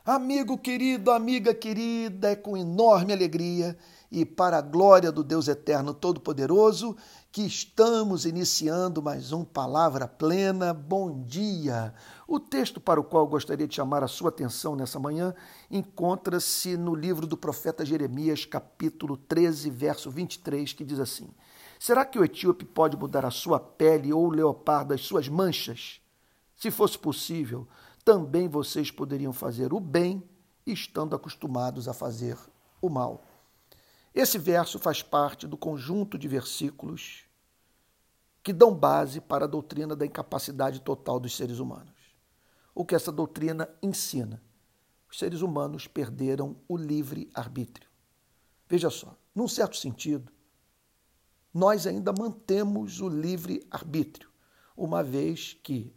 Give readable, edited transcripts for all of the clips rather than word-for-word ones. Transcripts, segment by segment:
Amigo querido, amiga querida, é com enorme alegria e para a glória do Deus Eterno Todo-Poderoso que estamos iniciando mais um Palavra Plena. Bom dia! O texto para o qual eu gostaria de chamar a sua atenção nessa manhã encontra-se no livro do profeta Jeremias, capítulo 13, verso 23, que diz assim: Será que o etíope pode mudar a sua pele ou o leopardo as suas manchas? Se fosse possível, também vocês poderiam fazer o bem, estando acostumados a fazer o mal. Esse verso faz parte do conjunto de versículos que dão base para a doutrina da incapacidade total dos seres humanos. O que essa doutrina ensina? Os seres humanos perderam o livre-arbítrio. Veja só, num certo sentido, nós ainda mantemos o livre-arbítrio, uma vez que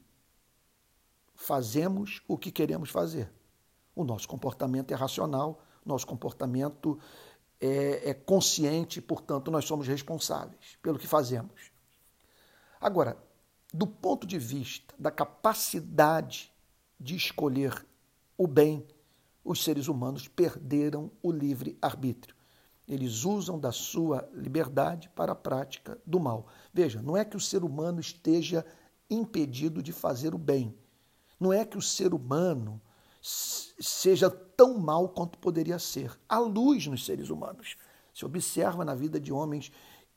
fazemos o que queremos fazer. O nosso comportamento é racional, nosso comportamento é consciente, portanto, nós somos responsáveis pelo que fazemos. Agora, do ponto de vista da capacidade de escolher o bem, os seres humanos perderam o livre-arbítrio. Eles usam da sua liberdade para a prática do mal. Veja, não é que o ser humano esteja impedido de fazer o bem. Não é que o ser humano seja tão mal quanto poderia ser. Há luz nos seres humanos. Se observa na vida de homens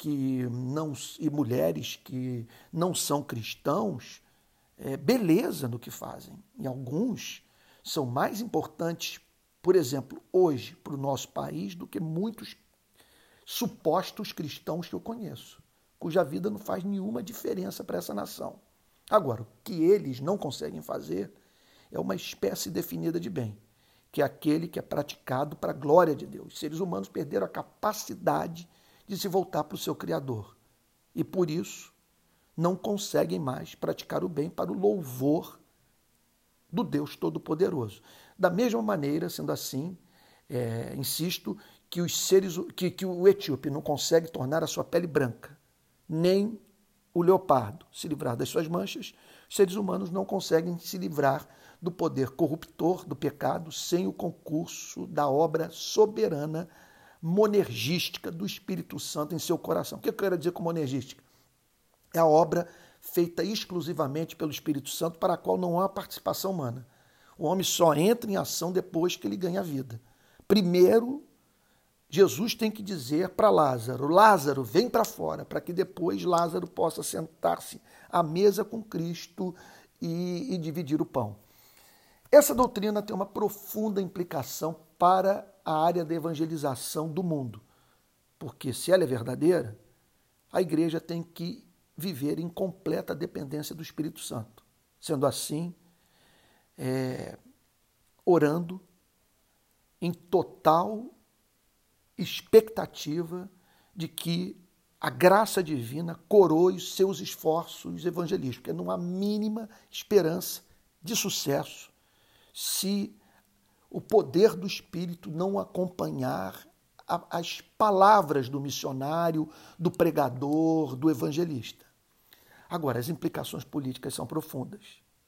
e mulheres que não são cristãos, beleza no que fazem. E alguns são mais importantes, por exemplo, hoje, para o nosso país, do que muitos supostos cristãos que eu conheço, cuja vida não faz nenhuma diferença para essa nação. Agora, o que eles não conseguem fazer é uma espécie definida de bem, que é aquele que é praticado para a glória de Deus. Os seres humanos perderam a capacidade de se voltar para o seu Criador e, por isso, não conseguem mais praticar o bem para o louvor do Deus Todo-Poderoso. Da mesma maneira, sendo assim, insisto, que o etíope não consegue tornar a sua pele branca, nem o leopardo se livrar das suas manchas, os seres humanos não conseguem se livrar do poder corruptor do pecado sem o concurso da obra soberana, monergística do Espírito Santo em seu coração. O que eu quero dizer com monergística? É a obra feita exclusivamente pelo Espírito Santo, para a qual não há participação humana. O homem só entra em ação depois que ele ganha vida. Primeiro, Jesus tem que dizer para Lázaro: Lázaro, vem para fora, para que depois Lázaro possa sentar-se à mesa com Cristo e dividir o pão. Essa doutrina tem uma profunda implicação para a área da evangelização do mundo, porque se ela é verdadeira, a igreja tem que viver em completa dependência do Espírito Santo. Sendo assim, orando em total expectativa de que a graça divina coroe os seus esforços evangelísticos, porque não há mínima esperança de sucesso se o poder do Espírito não acompanhar as palavras do missionário, do pregador, do evangelista. Agora, as implicações políticas são profundas.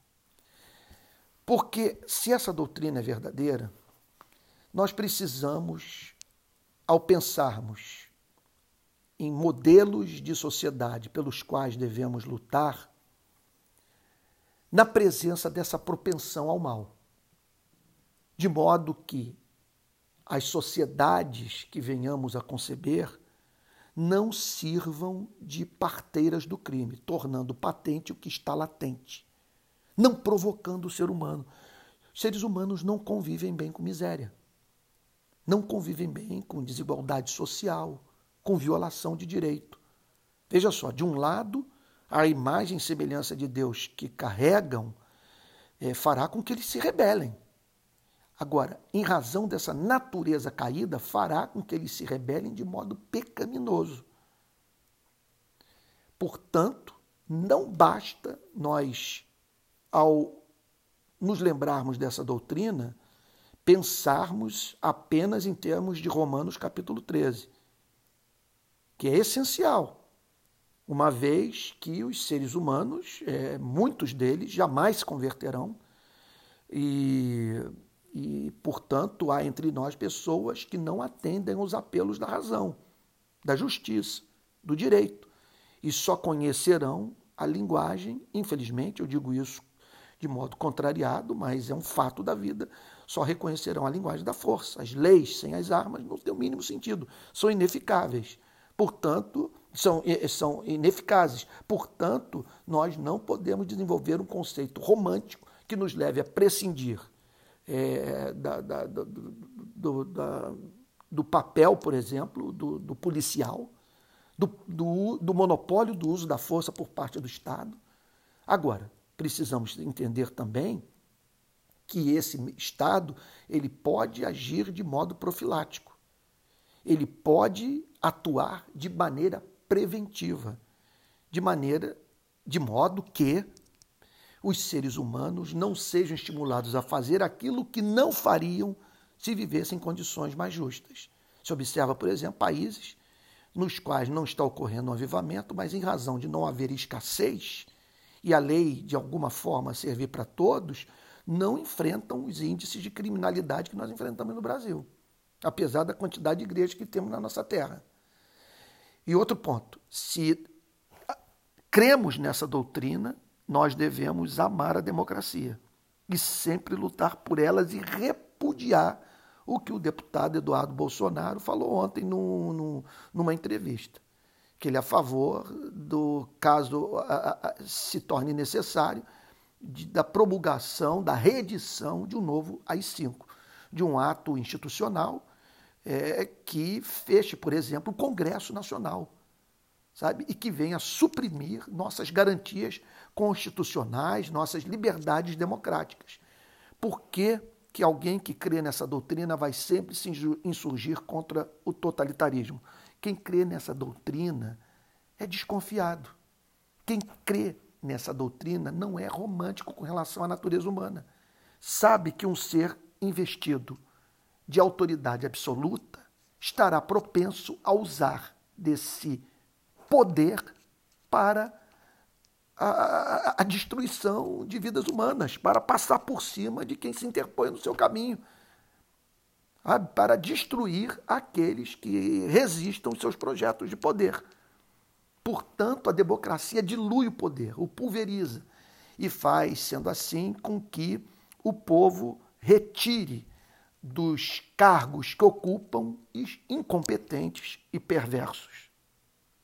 Porque se essa doutrina é verdadeira, nós precisamos, ao pensarmos em modelos de sociedade pelos quais devemos lutar, na presença dessa propensão ao mal. De modo que as sociedades que venhamos a conceber não sirvam de parteiras do crime, tornando patente o que está latente, não provocando o ser humano. Os seres humanos não convivem bem com miséria, não convivem bem com desigualdade social, com violação de direito. Veja só, de um lado, a imagem e semelhança de Deus que carregam fará com que eles se rebelem. Agora, em razão dessa natureza caída, fará com que eles se rebelem de modo pecaminoso. Portanto, não basta nós, ao nos lembrarmos dessa doutrina, pensarmos apenas em termos de Romanos capítulo 13, que é essencial, uma vez que os seres humanos, muitos deles, jamais se converterão e Portanto, há entre nós pessoas que não atendem aos apelos da razão, da justiça, do direito, e só conhecerão a linguagem, infelizmente, eu digo isso de modo contrariado, mas é um fato da vida, só reconhecerão a linguagem da força. As leis sem as armas não têm o mínimo sentido, são ineficáveis. Portanto, são ineficazes. Portanto, nós não podemos desenvolver um conceito romântico que nos leve a prescindir do papel, por exemplo, do policial, do monopólio do uso da força por parte do Estado. Agora, precisamos entender também que esse Estado ele pode agir de modo profilático. Ele pode atuar de maneira preventiva, de modo que os seres humanos não sejam estimulados a fazer aquilo que não fariam se vivessem em condições mais justas. Se observa, por exemplo, países nos quais não está ocorrendo um avivamento, mas em razão de não haver escassez e a lei, de alguma forma, servir para todos, não enfrentam os índices de criminalidade que nós enfrentamos no Brasil, apesar da quantidade de igrejas que temos na nossa terra. E outro ponto, se cremos nessa doutrina, nós devemos amar a democracia e sempre lutar por elas e repudiar o que o deputado Eduardo Bolsonaro falou ontem numa entrevista, que ele é a favor do caso se torne necessário da promulgação, da reedição de um novo AI-5, de um ato institucional que feche, por exemplo, o Congresso Nacional, sabe? E que venha suprimir nossas garantias constitucionais, nossas liberdades democráticas. Por que alguém que crê nessa doutrina vai sempre se insurgir contra o totalitarismo? Quem crê nessa doutrina é desconfiado. Quem crê nessa doutrina não é romântico com relação à natureza humana. Sabe que um ser investido de autoridade absoluta estará propenso a usar desse poder para a destruição de vidas humanas, para passar por cima de quem se interpõe no seu caminho, para destruir aqueles que resistam aos seus projetos de poder. Portanto, a democracia dilui o poder, o pulveriza e faz, sendo assim, com que o povo retire dos cargos que ocupam incompetentes e perversos.